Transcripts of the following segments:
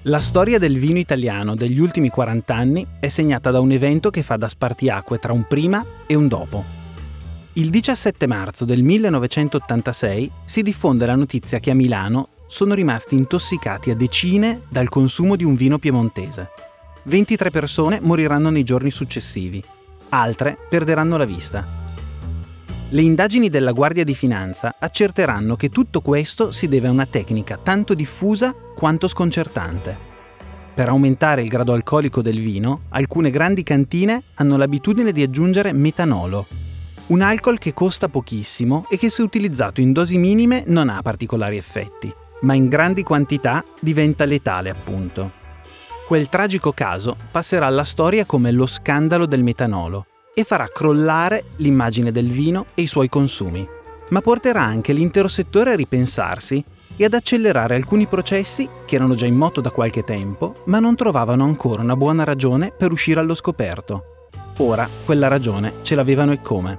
La storia del vino italiano degli ultimi 40 anni è segnata da un evento che fa da spartiacque tra un prima e un dopo. Il 17 marzo del 1986 si diffonde la notizia che a Milano sono rimasti intossicati a decine dal consumo di un vino piemontese. 23 persone moriranno nei giorni successivi, altre perderanno la vista. Le indagini della Guardia di Finanza accerteranno che tutto questo si deve a una tecnica tanto diffusa quanto sconcertante. Per aumentare il grado alcolico del vino, alcune grandi cantine hanno l'abitudine di aggiungere metanolo, un alcol che costa pochissimo e che se utilizzato in dosi minime non ha particolari effetti, ma in grandi quantità diventa letale appunto. Quel tragico caso passerà alla storia come lo scandalo del metanolo e farà crollare l'immagine del vino e i suoi consumi, ma porterà anche l'intero settore a ripensarsi e ad accelerare alcuni processi che erano già in moto da qualche tempo, ma non trovavano ancora una buona ragione per uscire allo scoperto. Ora quella ragione ce l'avevano e come.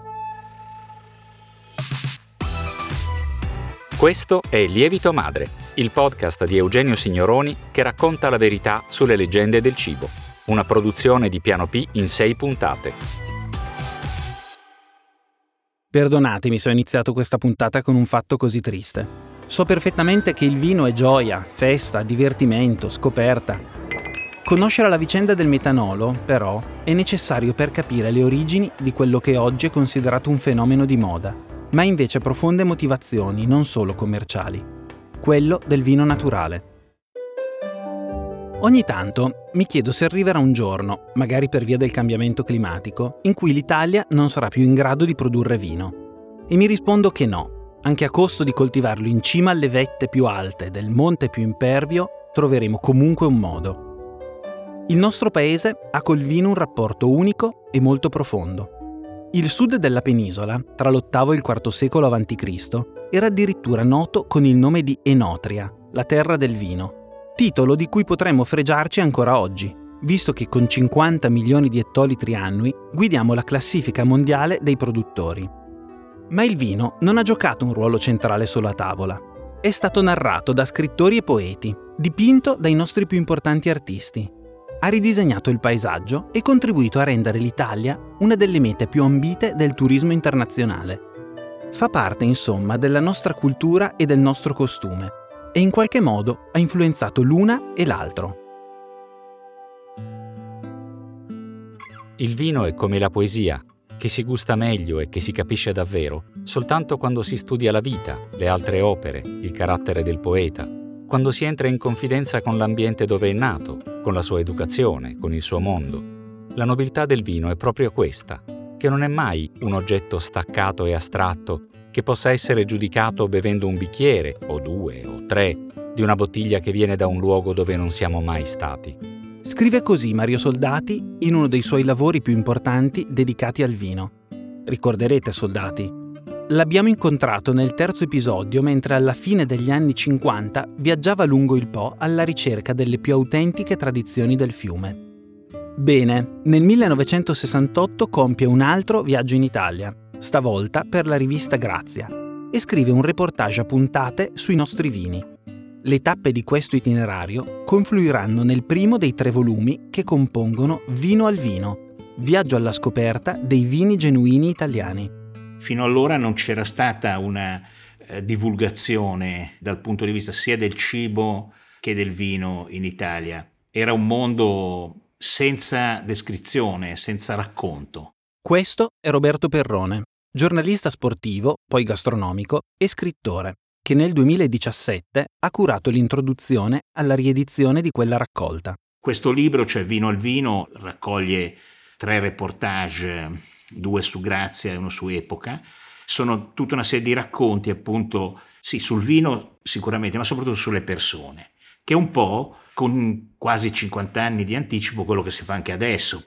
Questo è Lievito Madre, il podcast di Eugenio Signoroni che racconta la verità sulle leggende del cibo. Una produzione di Piano P in 6 puntate. Perdonatemi se ho iniziato questa puntata con un fatto così triste. So perfettamente che il vino è gioia, festa, divertimento, scoperta. Conoscere la vicenda del metanolo, però, è necessario per capire le origini di quello che oggi è considerato un fenomeno di moda, ma ha invece profonde motivazioni non solo commerciali. Quello del vino naturale. Ogni tanto mi chiedo se arriverà un giorno, magari per via del cambiamento climatico, in cui l'Italia non sarà più in grado di produrre vino. E mi rispondo che no, anche a costo di coltivarlo in cima alle vette più alte del monte più impervio, troveremo comunque un modo. Il nostro paese ha col vino un rapporto unico e molto profondo. Il sud della penisola, tra l'VIII e il IV secolo a.C., era addirittura noto con il nome di Enotria, la terra del vino, titolo di cui potremmo fregiarci ancora oggi, visto che con 50 milioni di ettolitri annui guidiamo la classifica mondiale dei produttori. Ma il vino non ha giocato un ruolo centrale solo a tavola. È stato narrato da scrittori e poeti, dipinto dai nostri più importanti artisti. Ha ridisegnato il paesaggio e contribuito a rendere l'Italia una delle mete più ambite del turismo internazionale. Fa parte, insomma, della nostra cultura e del nostro costume, e in qualche modo ha influenzato l'una e l'altro. Il vino è come la poesia, che si gusta meglio e che si capisce davvero soltanto quando si studia la vita, le altre opere, il carattere del poeta, quando si entra in confidenza con l'ambiente dove è nato, con la sua educazione, con il suo mondo. La nobiltà del vino è proprio questa, che non è mai un oggetto staccato e astratto che possa essere giudicato bevendo un bicchiere, o 2 o 3, di una bottiglia che viene da un luogo dove non siamo mai stati. Scrive così Mario Soldati in uno dei suoi lavori più importanti dedicati al vino. Ricorderete, Soldati, l'abbiamo incontrato nel 3° episodio mentre alla fine degli anni 50 viaggiava lungo il Po alla ricerca delle più autentiche tradizioni del fiume. Bene, nel 1968 compie un altro viaggio in Italia, stavolta per la rivista Grazia, e scrive un reportage a puntate sui nostri vini. Le tappe di questo itinerario confluiranno nel primo dei 3 volumi che compongono Vino al Vino, viaggio alla scoperta dei vini genuini italiani. Fino allora non c'era stata una divulgazione dal punto di vista sia del cibo che del vino in Italia. Era un mondo senza descrizione, senza racconto. Questo è Roberto Perrone, giornalista sportivo, poi gastronomico e scrittore, che nel 2017 ha curato l'introduzione alla riedizione di quella raccolta. Questo libro, cioè Vino al Vino, raccoglie 3 reportage, 2 su Grazia e 1 su Epoca. Sono tutta una serie di racconti, appunto, sì, sul vino sicuramente, ma soprattutto sulle persone, che è un po', con quasi 50 anni di anticipo, quello che si fa anche adesso.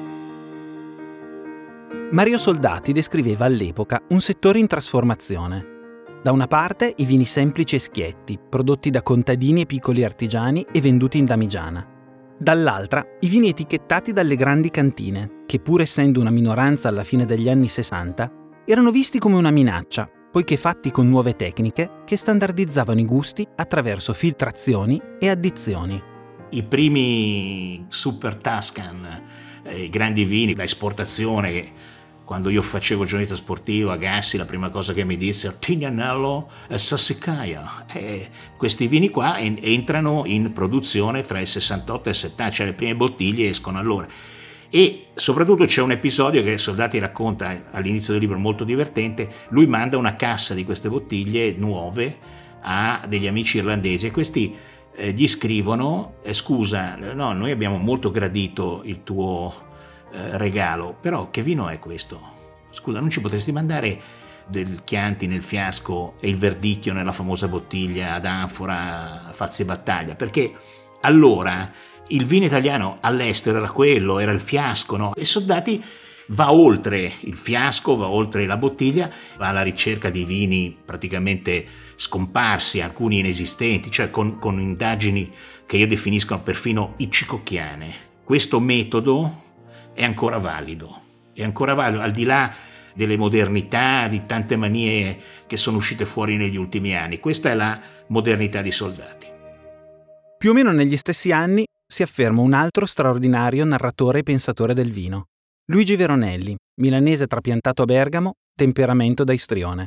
Mario Soldati descriveva all'epoca un settore in trasformazione. Da una parte i vini semplici e schietti, prodotti da contadini e piccoli artigiani e venduti in damigiana. Dall'altra i vini etichettati dalle grandi cantine, che pur essendo una minoranza alla fine degli anni 60, erano visti come una minaccia, poiché fatti con nuove tecniche che standardizzavano i gusti attraverso filtrazioni e addizioni. I primi Super Tuscan, grandi vini da esportazione, quando io facevo giornalista sportivo a Gassi, la prima cosa che mi disse Tignanello e Sassicaia, questi vini qua entrano in produzione tra il 68 e il 70, cioè le prime bottiglie escono allora. E soprattutto c'è un episodio che Soldati racconta all'inizio del libro, molto divertente. Lui manda una cassa di queste bottiglie nuove a degli amici irlandesi e questi gli scrivono scusa, no, noi abbiamo molto gradito il tuo regalo, però che vino è questo? Scusa, non ci potresti mandare del Chianti nel fiasco e il Verdicchio nella famosa bottiglia ad anfora Fazzi Battaglia? Perché allora il vino italiano all'estero era quello, era il fiasco, no? E Soldati va oltre il fiasco, va oltre la bottiglia, va alla ricerca di vini praticamente scomparsi, alcuni inesistenti, cioè con indagini che io definisco perfino hitchcockiane. Questo metodo è ancora valido, al di là delle modernità, di tante manie che sono uscite fuori negli ultimi anni. Questa è la modernità di Soldati. Più o meno negli stessi anni si afferma un altro straordinario narratore e pensatore del vino, Luigi Veronelli, milanese trapiantato a Bergamo, temperamento da istrione.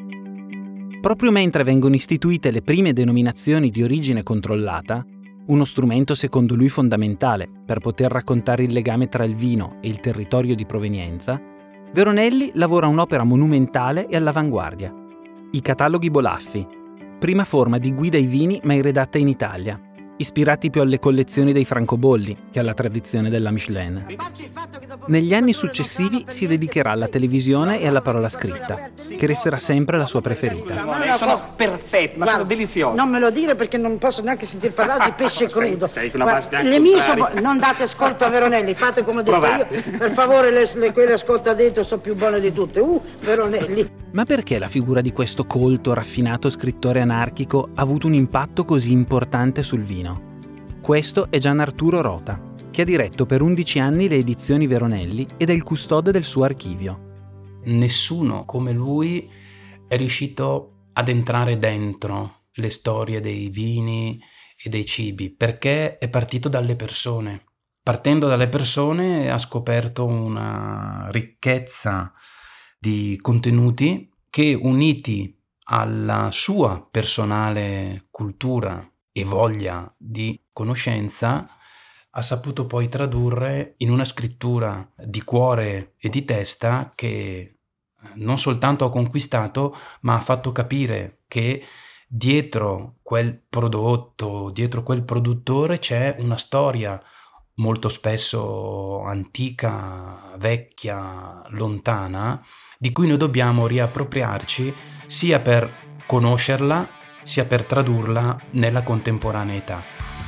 Proprio mentre vengono istituite le prime denominazioni di origine controllata, uno strumento secondo lui fondamentale per poter raccontare il legame tra il vino e il territorio di provenienza, Veronelli lavora a un'opera monumentale e all'avanguardia. I cataloghi Bolaffi, prima forma di guida ai vini mai redatta in Italia, ispirati più alle collezioni dei francobolli che alla tradizione della Michelin. Negli anni successivi si dedicherà alla televisione e alla parola scritta, che resterà sempre la sua preferita. Sono perfette, ma sono deliziose. Non me lo dire perché non posso neanche sentir parlare di pesce crudo. Sei una base Le mie non date ascolto a Veronelli, fate come ho detto io. Per favore, quelle ascolta dentro sono più buone di tutte. Veronelli. Ma perché la figura di questo colto, raffinato scrittore anarchico ha avuto un impatto così importante sul vino? Questo è Gian Arturo Rota, che ha diretto per 11 anni le edizioni Veronelli ed è il custode del suo archivio. Nessuno come lui è riuscito ad entrare dentro le storie dei vini e dei cibi, perché è partito dalle persone. Partendo dalle persone ha scoperto una ricchezza di contenuti che, uniti alla sua personale cultura e voglia di conoscenza, ha saputo poi tradurre in una scrittura di cuore e di testa che non soltanto ha conquistato, ma ha fatto capire che dietro quel prodotto, dietro quel produttore c'è una storia molto spesso antica, vecchia, lontana, di cui noi dobbiamo riappropriarci sia per conoscerla, sia per tradurla nella contemporaneità.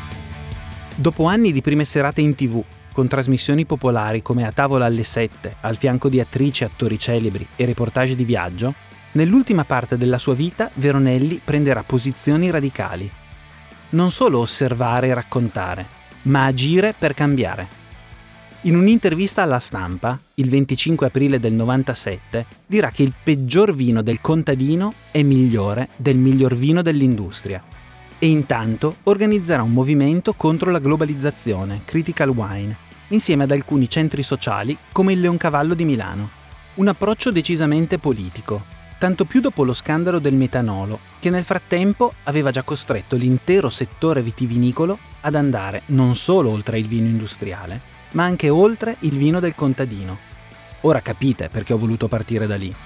Dopo anni di prime serate in TV, con trasmissioni popolari come A tavola alle 7, al fianco di attrici e attori celebri e reportage di viaggio, nell'ultima parte della sua vita Veronelli prenderà posizioni radicali. Non solo osservare e raccontare, ma agire per cambiare. In un'intervista alla Stampa, il 25 aprile del 97, dirà che il peggior vino del contadino è migliore del miglior vino dell'industria. E intanto organizzerà un movimento contro la globalizzazione, Critical Wine, insieme ad alcuni centri sociali come il Leoncavallo di Milano. Un approccio decisamente politico, tanto più dopo lo scandalo del metanolo, che nel frattempo aveva già costretto l'intero settore vitivinicolo ad andare non solo oltre il vino industriale, ma anche oltre il vino del contadino. Ora capite perché ho voluto partire da lì.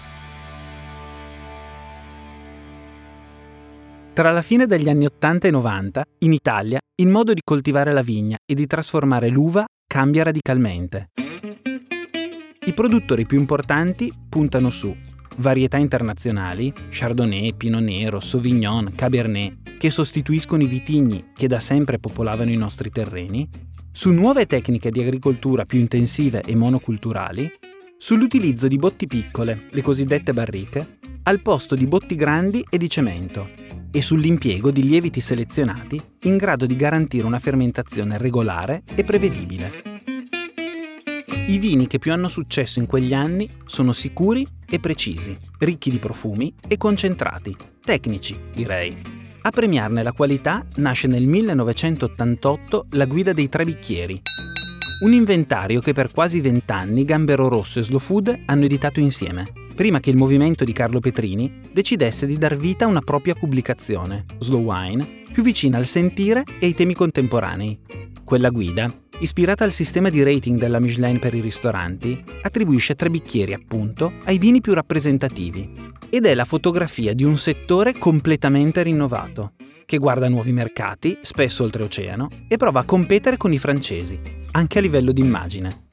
Tra la fine degli anni 80 e 90, in Italia, il modo di coltivare la vigna e di trasformare l'uva cambia radicalmente. I produttori più importanti puntano su varietà internazionali, Chardonnay, Pinot Nero, Sauvignon, Cabernet, che sostituiscono i vitigni che da sempre popolavano i nostri terreni, su nuove tecniche di agricoltura più intensive e monoculturali, sull'utilizzo di botti piccole, le cosiddette barriche, al posto di botti grandi e di cemento, e sull'impiego di lieviti selezionati in grado di garantire una fermentazione regolare e prevedibile. I vini che più hanno successo in quegli anni sono sicuri e precisi, ricchi di profumi e concentrati, tecnici, direi. A premiarne la qualità nasce nel 1988 la Guida dei Tre Bicchieri, un inventario che per quasi 20 anni Gambero Rosso e Slow Food hanno editato insieme, prima che il movimento di Carlo Petrini decidesse di dar vita a una propria pubblicazione, Slow Wine, più vicina al sentire e ai temi contemporanei. Quella guida, ispirata al sistema di rating della Michelin per i ristoranti, attribuisce 3 bicchieri, appunto, ai vini più rappresentativi. Ed è la fotografia di un settore completamente rinnovato, che guarda nuovi mercati, spesso oltreoceano, e prova a competere con i francesi, anche a livello di immagine.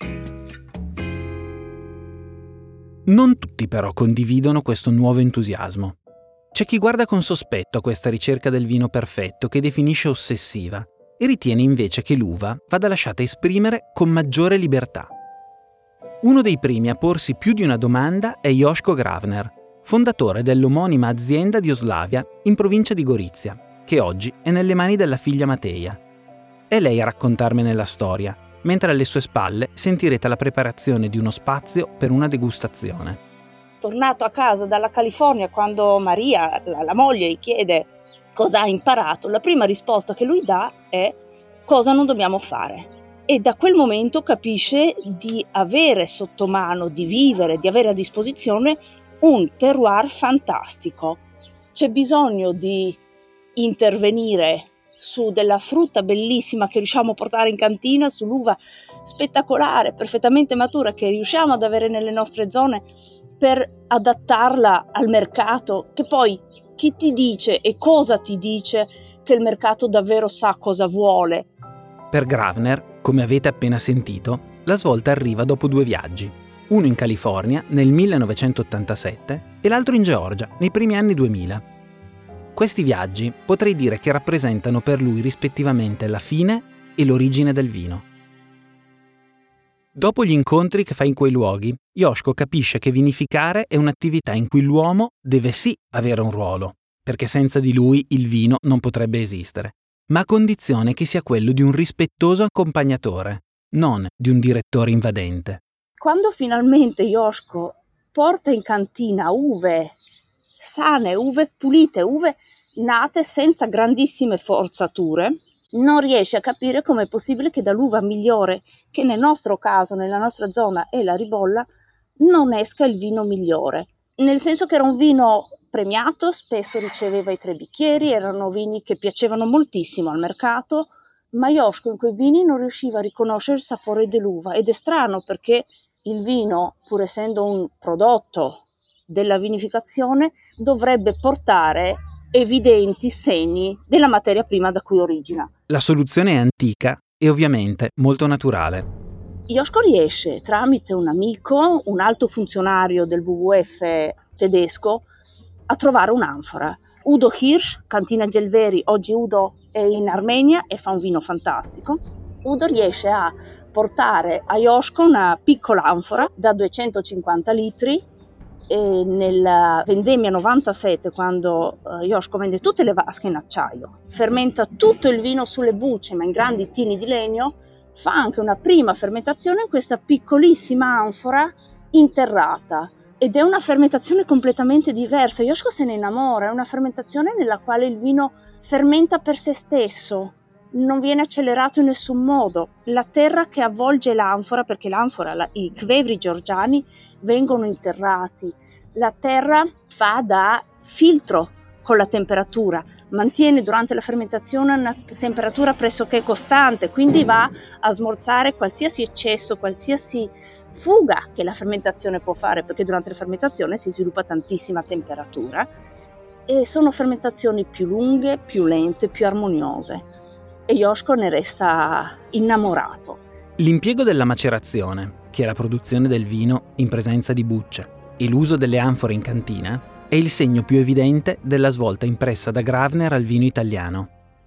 Non tutti però condividono questo nuovo entusiasmo. C'è chi guarda con sospetto a questa ricerca del vino perfetto che definisce ossessiva e ritiene invece che l'uva vada lasciata esprimere con maggiore libertà. Uno dei primi a porsi più di una domanda è Joško Gravner, fondatore dell'omonima azienda di Oslavia in provincia di Gorizia, che oggi è nelle mani della figlia Mateja. È lei a raccontarmene la storia, mentre alle sue spalle sentirete la preparazione di uno spazio per una degustazione. Tornato a casa dalla California, quando Maria, la moglie, gli chiede cosa ha imparato, la prima risposta che lui dà è cosa non dobbiamo fare. E da quel momento capisce di avere sotto mano, di vivere, di avere a disposizione un terroir fantastico. C'è bisogno di intervenire su della frutta bellissima che riusciamo a portare in cantina, sull'uva spettacolare, perfettamente matura che riusciamo ad avere nelle nostre zone, per adattarla al mercato, che poi chi ti dice e cosa ti dice che il mercato davvero sa cosa vuole. Per Gravner, come avete appena sentito, la svolta arriva dopo 2 viaggi, uno in California nel 1987 e l'altro in Georgia nei primi anni 2000. Questi viaggi potrei dire che rappresentano per lui rispettivamente la fine e l'origine del vino. Dopo gli incontri che fa in quei luoghi, Joško capisce che vinificare è un'attività in cui l'uomo deve sì avere un ruolo, perché senza di lui il vino non potrebbe esistere, ma a condizione che sia quello di un rispettoso accompagnatore, non di un direttore invadente. Quando finalmente Joško porta in cantina uve sane, uve pulite, uve nate senza grandissime forzature, non riesce a capire com'è possibile che dall'uva migliore, che nel nostro caso, nella nostra zona è la Ribolla, non esca il vino migliore. Nel senso che era un vino premiato, spesso riceveva i 3 bicchieri, erano vini che piacevano moltissimo al mercato, ma Joško in quei vini non riusciva a riconoscere il sapore dell'uva. Ed è strano perché il vino, pur essendo un prodotto della vinificazione, dovrebbe portare evidenti segni della materia prima da cui origina. La soluzione è antica e ovviamente molto naturale. Joško riesce, tramite un amico, un alto funzionario del WWF tedesco, a trovare un'anfora. Udo Hirsch, Cantina Gelveri, oggi Udo è in Armenia e fa un vino fantastico. Udo riesce a portare a Joško una piccola anfora da 250 litri e nella vendemmia 97, quando Joško vende tutte le vasche in acciaio, fermenta tutto il vino sulle bucce ma in grandi tini di legno, fa anche una prima fermentazione in questa piccolissima anfora interrata ed è una fermentazione completamente diversa. Joško se ne innamora, è una fermentazione nella quale il vino fermenta per se stesso, non viene accelerato in nessun modo. La terra che avvolge l'anfora, perché l'anfora, i kvevri georgiani vengono interrati, la terra fa da filtro con la temperatura, mantiene durante la fermentazione una temperatura pressoché costante, quindi va a smorzare qualsiasi eccesso, qualsiasi fuga che la fermentazione può fare, perché durante la fermentazione si sviluppa tantissima temperatura e sono fermentazioni più lunghe, più lente, più armoniose e Joško ne resta innamorato. L'impiego della macerazione, che è la produzione del vino in presenza di bucce, e l'uso delle anfore in cantina è il segno più evidente della svolta impressa da Gravner al vino italiano.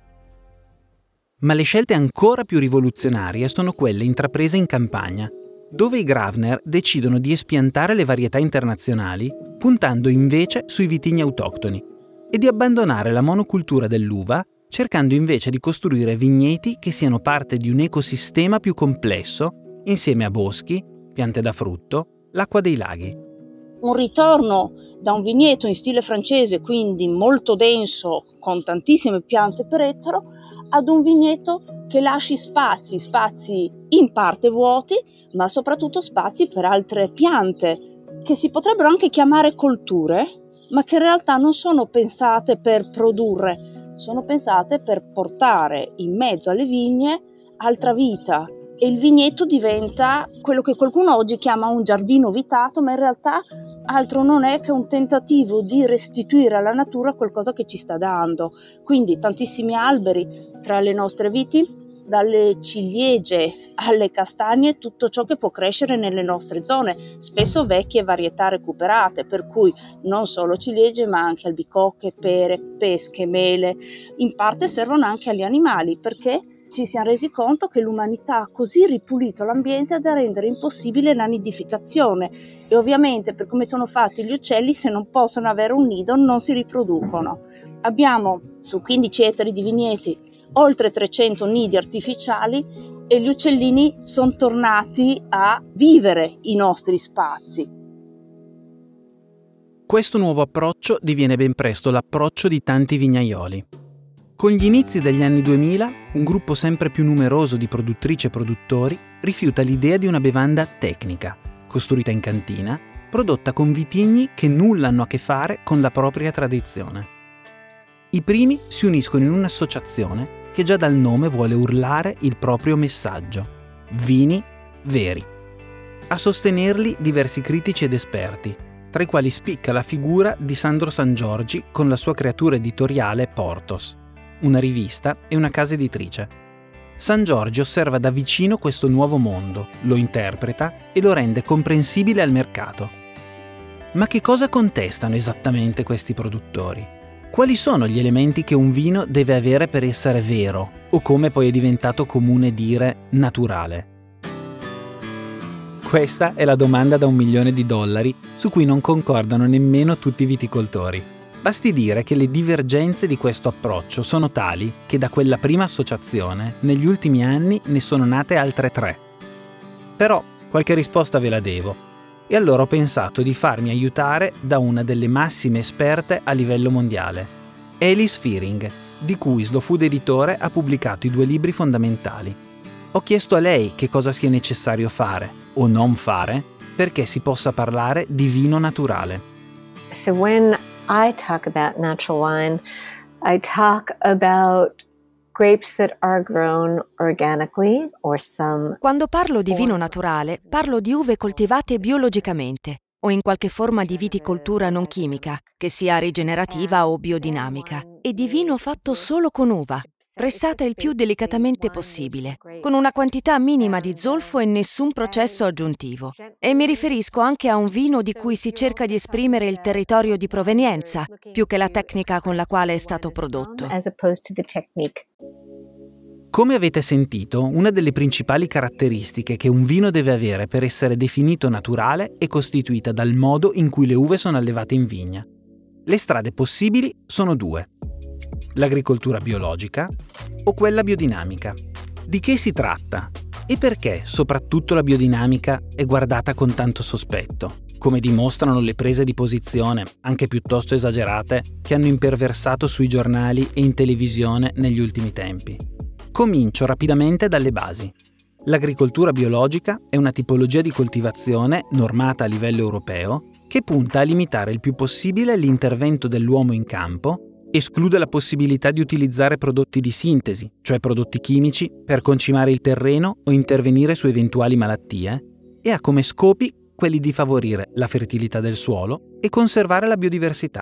Ma le scelte ancora più rivoluzionarie sono quelle intraprese in Campania, dove i Gravner decidono di espiantare le varietà internazionali, puntando invece sui vitigni autoctoni, e di abbandonare la monocultura dell'uva, cercando invece di costruire vigneti che siano parte di un ecosistema più complesso, insieme a boschi, piante da frutto, l'acqua dei laghi. un ritorno da un vigneto in stile francese, quindi molto denso, con tantissime piante per ettaro, ad un vigneto che lasci spazi in parte vuoti, ma soprattutto spazi per altre piante, che si potrebbero anche chiamare colture, ma che in realtà non sono pensate per produrre, sono pensate per portare in mezzo alle vigne altra vita. E il vigneto diventa quello che qualcuno oggi chiama un giardino vitato, ma in realtà altro non è che un tentativo di restituire alla natura qualcosa che ci sta dando. Quindi tantissimi alberi tra le nostre viti, dalle ciliegie alle castagne, tutto ciò che può crescere nelle nostre zone, spesso vecchie varietà recuperate, per cui non solo ciliegie ma anche albicocche, pere, pesche, mele. In parte servono anche agli animali, perché ci siamo resi conto che l'umanità ha così ripulito l'ambiente da rendere impossibile la nidificazione, e ovviamente, per come sono fatti gli uccelli, se non possono avere un nido non si riproducono. Abbiamo su 15 ettari di vigneti oltre 300 nidi artificiali e gli uccellini sono tornati a vivere i nostri spazi. Questo nuovo approccio diviene ben presto l'approccio di tanti vignaioli. Con gli inizi degli anni 2000, un gruppo sempre più numeroso di produttrici e produttori rifiuta l'idea di una bevanda tecnica, costruita in cantina, prodotta con vitigni che nulla hanno a che fare con la propria tradizione. I primi si uniscono in un'associazione che già dal nome vuole urlare il proprio messaggio: vini veri. A sostenerli diversi critici ed esperti, tra i quali spicca la figura di Sandro Sangiorgi con la sua creatura editoriale Portos, una rivista e una casa editrice. Sangiorgi osserva da vicino questo nuovo mondo, lo interpreta e lo rende comprensibile al mercato. Ma che cosa contestano esattamente questi produttori? Quali sono gli elementi che un vino deve avere per essere vero, o come poi è diventato comune dire naturale? Questa è la domanda da $1 milione su cui non concordano nemmeno tutti i viticoltori. Basti dire che le divergenze di questo approccio sono tali che da quella prima associazione, negli ultimi anni, ne sono nate altre 3. Però qualche risposta ve la devo, e allora ho pensato di farmi aiutare da una delle massime esperte a livello mondiale, Alice Fearing, di cui Slow Food Editore ha pubblicato i 2 libri fondamentali. Ho chiesto a lei che cosa sia necessario fare, o non fare, perché si possa parlare di vino naturale. So when I talk about natural wine, I talk about grapes that are grown organically or some. Quando parlo di vino naturale, parlo di uve coltivate biologicamente o in qualche forma di viticoltura non chimica, che sia rigenerativa o biodinamica, e di vino fatto solo con uva, pressata il più delicatamente possibile, con una quantità minima di zolfo e nessun processo aggiuntivo. E mi riferisco anche a un vino di cui si cerca di esprimere il territorio di provenienza, più che la tecnica con la quale è stato prodotto. Come avete sentito, una delle principali caratteristiche che un vino deve avere per essere definito naturale è costituita dal modo in cui le uve sono allevate in vigna. Le strade possibili sono 2. L'agricoltura biologica o quella biodinamica. Di che si tratta? E perché soprattutto la biodinamica è guardata con tanto sospetto, come dimostrano le prese di posizione, anche piuttosto esagerate, che hanno imperversato sui giornali e in televisione negli ultimi tempi? Comincio rapidamente dalle basi. L'agricoltura biologica è una tipologia di coltivazione normata a livello europeo che punta a limitare il più possibile l'intervento dell'uomo in campo, esclude la possibilità di utilizzare prodotti di sintesi, cioè prodotti chimici, per concimare il terreno o intervenire su eventuali malattie, e ha come scopi quelli di favorire la fertilità del suolo e conservare la biodiversità.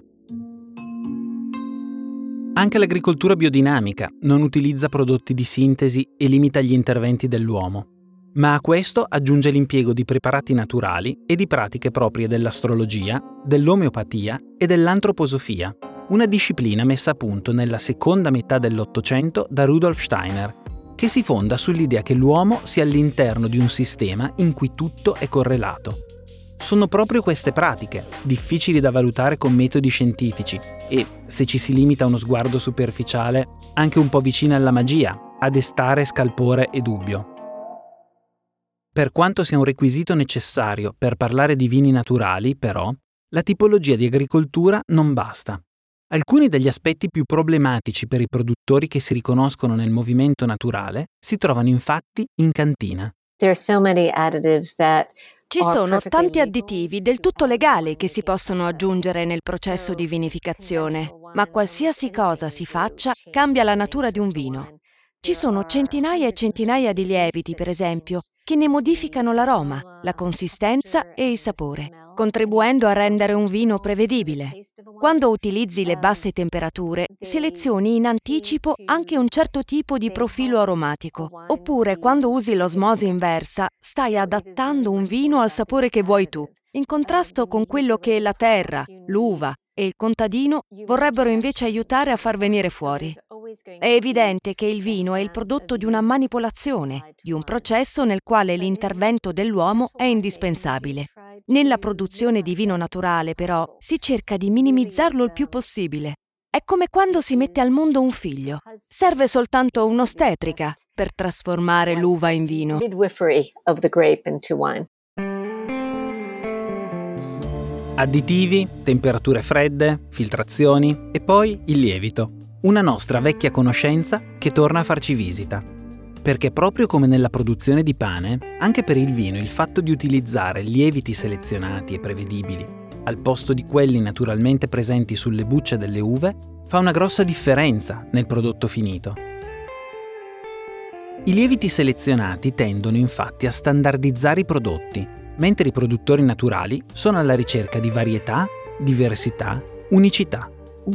Anche l'agricoltura biodinamica non utilizza prodotti di sintesi e limita gli interventi dell'uomo, ma a questo aggiunge l'impiego di preparati naturali e di pratiche proprie dell'astrologia, dell'omeopatia e dell'antroposofia, una disciplina messa a punto nella seconda metà dell'Ottocento da Rudolf Steiner, che si fonda sull'idea che l'uomo sia all'interno di un sistema in cui tutto è correlato. Sono proprio queste pratiche, difficili da valutare con metodi scientifici e, se ci si limita a uno sguardo superficiale, anche un po' vicine alla magia, a destare scalpore e dubbio. Per quanto sia un requisito necessario per parlare di vini naturali, però, la tipologia di agricoltura non basta. Alcuni degli aspetti più problematici per i produttori che si riconoscono nel movimento naturale si trovano infatti in cantina. Ci sono tanti additivi del tutto legali che si possono aggiungere nel processo di vinificazione, ma qualsiasi cosa si faccia cambia la natura di un vino. Ci sono centinaia e centinaia di lieviti, per esempio, che ne modificano l'aroma, la consistenza e il sapore, contribuendo a rendere un vino prevedibile. Quando utilizzi le basse temperature, selezioni in anticipo anche un certo tipo di profilo aromatico. Oppure, quando usi l'osmosi inversa, stai adattando un vino al sapore che vuoi tu, in contrasto con quello che la terra, l'uva e il contadino vorrebbero invece aiutare a far venire fuori. È evidente che il vino è il prodotto di una manipolazione, di un processo nel quale l'intervento dell'uomo è indispensabile. Nella produzione di vino naturale, però, si cerca di minimizzarlo il più possibile. È come quando si mette al mondo un figlio. Serve soltanto un'ostetrica per trasformare l'uva in vino. Additivi, temperature fredde, filtrazioni e poi il lievito. Una nostra vecchia conoscenza che torna a farci visita. Perché proprio come nella produzione di pane, anche per il vino il fatto di utilizzare lieviti selezionati e prevedibili al posto di quelli naturalmente presenti sulle bucce delle uve fa una grossa differenza nel prodotto finito. I lieviti selezionati tendono infatti a standardizzare i prodotti, mentre i produttori naturali sono alla ricerca di varietà, diversità, unicità.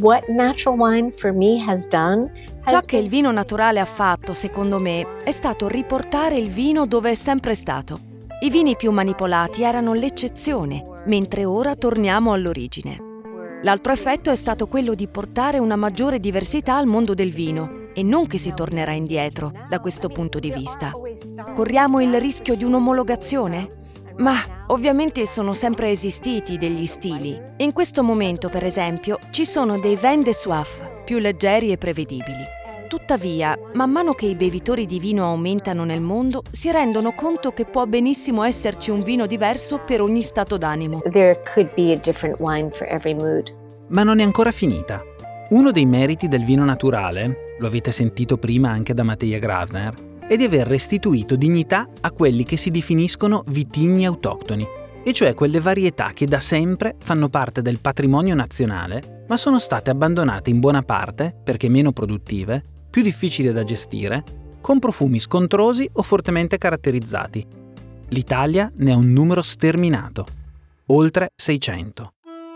Ciò che il vino naturale ha fatto, secondo me, è stato riportare il vino dove è sempre stato. I vini più manipolati erano l'eccezione, mentre ora torniamo all'origine. L'altro effetto è stato quello di portare una maggiore diversità al mondo del vino, e non che si tornerà indietro da questo punto di vista. Corriamo il rischio di un'omologazione? Ma ovviamente sono sempre esistiti degli stili. In questo momento, per esempio, ci sono dei vin de soif più leggeri e prevedibili. Tuttavia, man mano che i bevitori di vino aumentano nel mondo, si rendono conto che può benissimo esserci un vino diverso per ogni stato d'animo. Ma non è ancora finita. Uno dei meriti del vino naturale, lo avete sentito prima anche da Mattia Grasner, è di aver restituito dignità a quelli che si definiscono vitigni autoctoni, e cioè quelle varietà che da sempre fanno parte del patrimonio nazionale, ma sono state abbandonate in buona parte perché meno produttive, più difficili da gestire, con profumi scontrosi o fortemente caratterizzati. L'Italia ne ha un numero sterminato, oltre 600.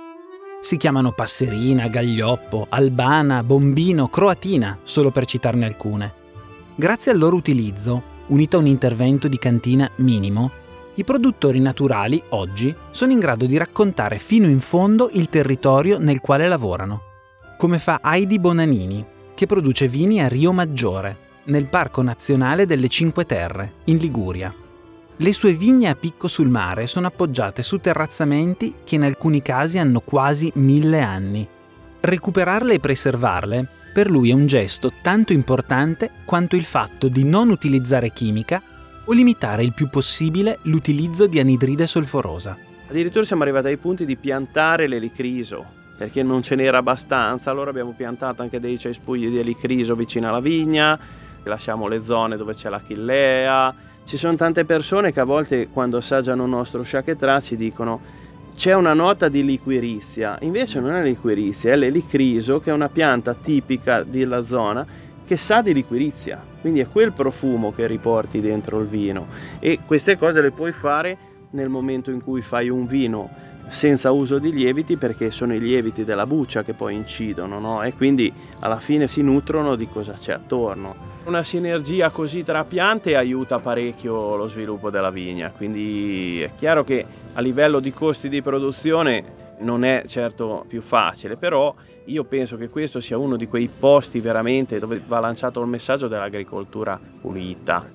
Si chiamano Passerina, Gaglioppo, Albana, Bombino, Croatina, solo per citarne alcune. Grazie al loro utilizzo, unito a un intervento di cantina minimo, i produttori naturali oggi sono in grado di raccontare fino in fondo il territorio nel quale lavorano, come fa Heidi Bonanini, che produce vini a Rio Maggiore, nel Parco Nazionale delle Cinque Terre, in Liguria. Le sue vigne a picco sul mare sono appoggiate su terrazzamenti che in alcuni casi hanno quasi 1000 anni. Recuperarle e preservarle per lui è un gesto tanto importante quanto il fatto di non utilizzare chimica o limitare il più possibile l'utilizzo di anidride solforosa. Addirittura siamo arrivati ai punti di piantare l'elicriso, perché non ce n'era abbastanza, allora abbiamo piantato anche dei cespugli di elicriso vicino alla vigna, lasciamo le zone dove c'è l'achillea. Ci sono tante persone che a volte quando assaggiano il nostro Chaquetrà ci dicono c'è una nota di liquirizia, invece non è liquirizia, è l'elicriso, che è una pianta tipica della zona che sa di liquirizia, quindi è quel profumo che riporti dentro il vino, e queste cose le puoi fare nel momento in cui fai un vino senza uso di lieviti, perché sono i lieviti della buccia che poi incidono, no? E quindi alla fine si nutrono di cosa c'è attorno. Una sinergia così tra piante aiuta parecchio lo sviluppo della vigna, quindi è chiaro che a livello di costi di produzione non è certo più facile, però io penso che questo sia uno di quei posti veramente dove va lanciato il messaggio dell'agricoltura pulita.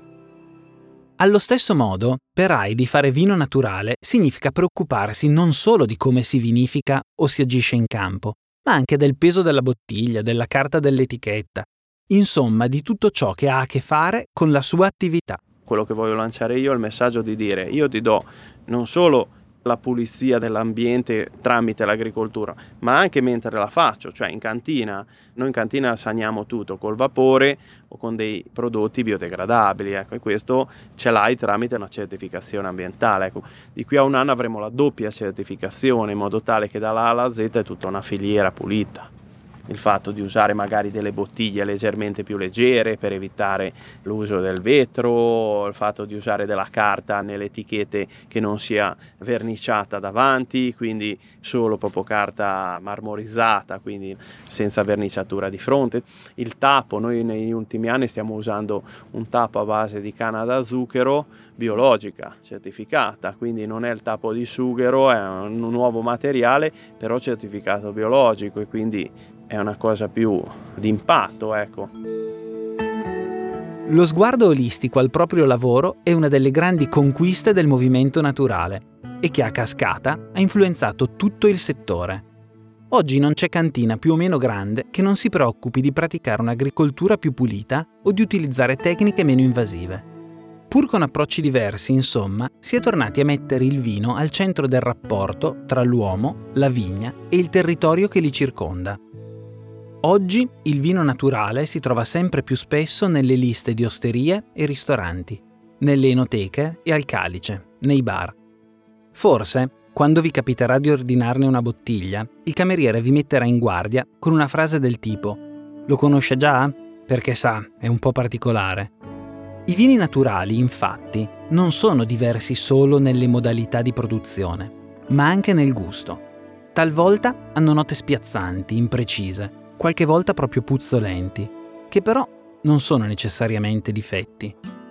Allo stesso modo, per Heidi fare vino naturale significa preoccuparsi non solo di come si vinifica o si agisce in campo, ma anche del peso della bottiglia, della carta dell'etichetta, insomma di tutto ciò che ha a che fare con la sua attività. Quello che voglio lanciare io è il messaggio di dire: io ti do non solo la pulizia dell'ambiente tramite l'agricoltura, ma anche mentre la faccio, cioè in cantina. Noi in cantina saniamo tutto col vapore o con dei prodotti biodegradabili, ecco, e questo ce l'hai tramite una certificazione ambientale. Ecco. Di qui a un anno avremo la doppia certificazione, in modo tale che dalla A alla Z è tutta una filiera pulita. Il fatto di usare magari delle bottiglie leggermente più leggere per evitare l'uso del vetro, il fatto di usare della carta nelle etichette che non sia verniciata davanti, quindi solo proprio carta marmorizzata, quindi senza verniciatura di fronte. Il tappo, noi negli ultimi anni stiamo usando un tappo a base di canna da zucchero biologica, certificata, quindi non è il tappo di sughero, è un nuovo materiale, però certificato biologico, e quindi è una cosa più di impatto, ecco. Lo sguardo olistico al proprio lavoro è una delle grandi conquiste del movimento naturale e che a cascata ha influenzato tutto il settore. Oggi non c'è cantina più o meno grande che non si preoccupi di praticare un'agricoltura più pulita o di utilizzare tecniche meno invasive. Pur con approcci diversi, insomma, si è tornati a mettere il vino al centro del rapporto tra l'uomo, la vigna e il territorio che li circonda. Oggi il vino naturale si trova sempre più spesso nelle liste di osterie e ristoranti, nelle enoteche e al calice, nei bar. Forse, quando vi capiterà di ordinarne una bottiglia, il cameriere vi metterà in guardia con una frase del tipo: «Lo conosce già? Perché sa, è un po' particolare». I vini naturali, infatti, non sono diversi solo nelle modalità di produzione, ma anche nel gusto. Talvolta hanno note spiazzanti, imprecise, qualche volta proprio puzzolenti, che però non sono necessariamente difetti.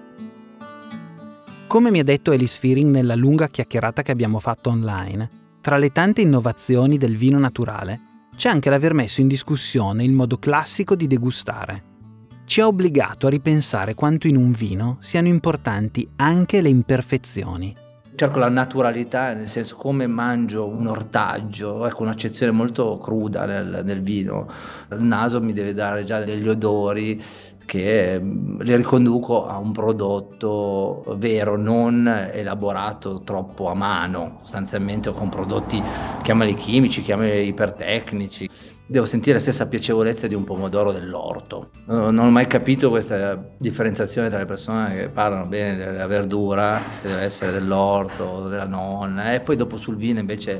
Come mi ha detto Alice Fearing nella lunga chiacchierata che abbiamo fatto online, tra le tante innovazioni del vino naturale c'è anche l'aver messo in discussione il modo classico di degustare. Ci ha obbligato a ripensare quanto in un vino siano importanti anche le imperfezioni. Cerco la naturalità, nel senso come mangio un ortaggio, ecco, un'accezione molto cruda nel vino. Il naso mi deve dare già degli odori che li riconduco a un prodotto vero, non elaborato troppo a mano, sostanzialmente, o con prodotti, chiamali chimici, chiamali ipertecnici. Devo sentire la stessa piacevolezza di un pomodoro dell'orto. Non ho mai capito questa differenziazione tra le persone che parlano bene della verdura, che deve essere dell'orto, della nonna, e poi dopo sul vino invece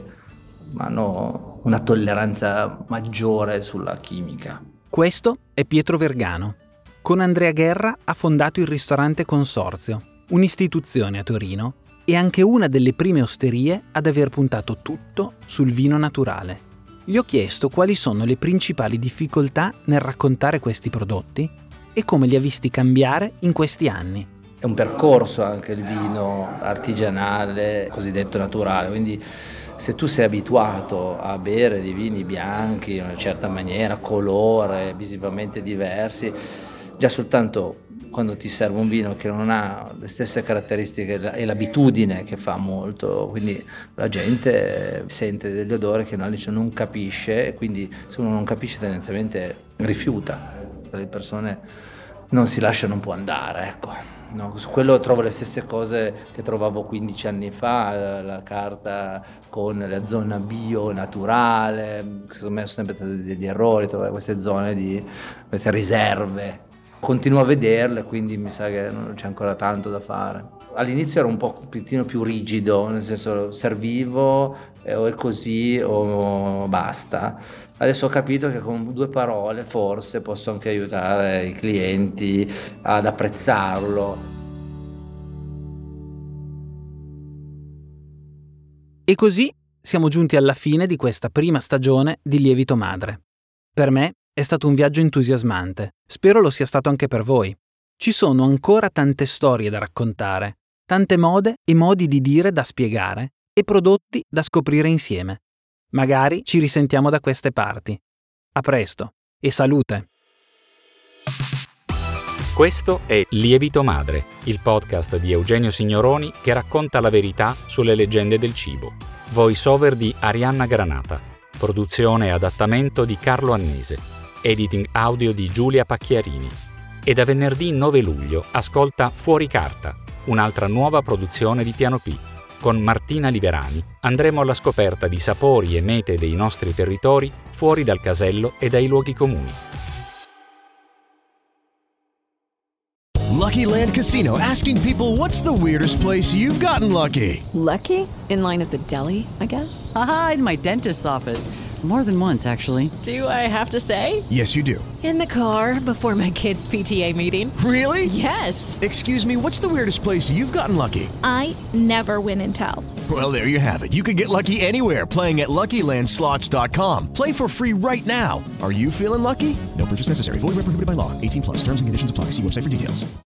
hanno una tolleranza maggiore sulla chimica. Questo è Pietro Vergano. Con Andrea Guerra ha fondato il ristorante Consorzio, un'istituzione a Torino e anche una delle prime osterie ad aver puntato tutto sul vino naturale. Gli ho chiesto quali sono le principali difficoltà nel raccontare questi prodotti e come li ha visti cambiare in questi anni. È un percorso anche il vino artigianale, cosiddetto naturale, quindi se tu sei abituato a bere dei vini bianchi in una certa maniera, colore, visivamente diversi, già soltanto quando ti serve un vino che non ha le stesse caratteristiche e l'abitudine che fa molto, quindi la gente sente degli odori che non capisce, e quindi se uno non capisce tendenzialmente rifiuta. Le persone non si lasciano un po' andare, ecco. No, su quello trovo le stesse cose che trovavo 15 anni fa, la carta con la zona bio naturale, secondo me sono sempre stati degli errori trovare queste zone queste riserve. Continuo a vederle, quindi mi sa che non c'è ancora tanto da fare. All'inizio ero un pochettino più rigido, nel senso servivo o è così o basta. Adesso ho capito che con 2 parole forse posso anche aiutare i clienti ad apprezzarlo. E così siamo giunti alla fine di questa prima stagione di Lievito Madre. Per me è stato un viaggio entusiasmante, spero lo sia stato anche per voi. Ci sono ancora tante storie da raccontare, tante mode e modi di dire da spiegare e prodotti da scoprire insieme. Magari ci risentiamo da queste parti. A presto e salute! Questo è Lievito Madre, il podcast di Eugenio Signoroni che racconta la verità sulle leggende del cibo. Voice over di Arianna Granata. Produzione e adattamento di Carlo Annese. Editing audio di Giulia Pacchiarini. E da venerdì 9 luglio ascolta Fuori Carta, un'altra nuova produzione di Piano P. Con Martina Liverani andremo alla scoperta di sapori e mete dei nostri territori fuori dal casello e dai luoghi comuni. Lucky Land Casino, asking people, what's the weirdest place you've gotten lucky? Lucky? In line at the deli, I guess? Aha, in my dentist's office. More than once, actually. Do I have to say? Yes, you do. In the car before my kids' PTA meeting. Really? Yes. Excuse me, what's the weirdest place you've gotten lucky? I never win and tell. Well, there you have it. You can get lucky anywhere, playing at LuckyLandSlots.com. Play for free right now. Are you feeling lucky? No purchase necessary. Void where prohibited by law. 18+. Terms and conditions apply. See website for details.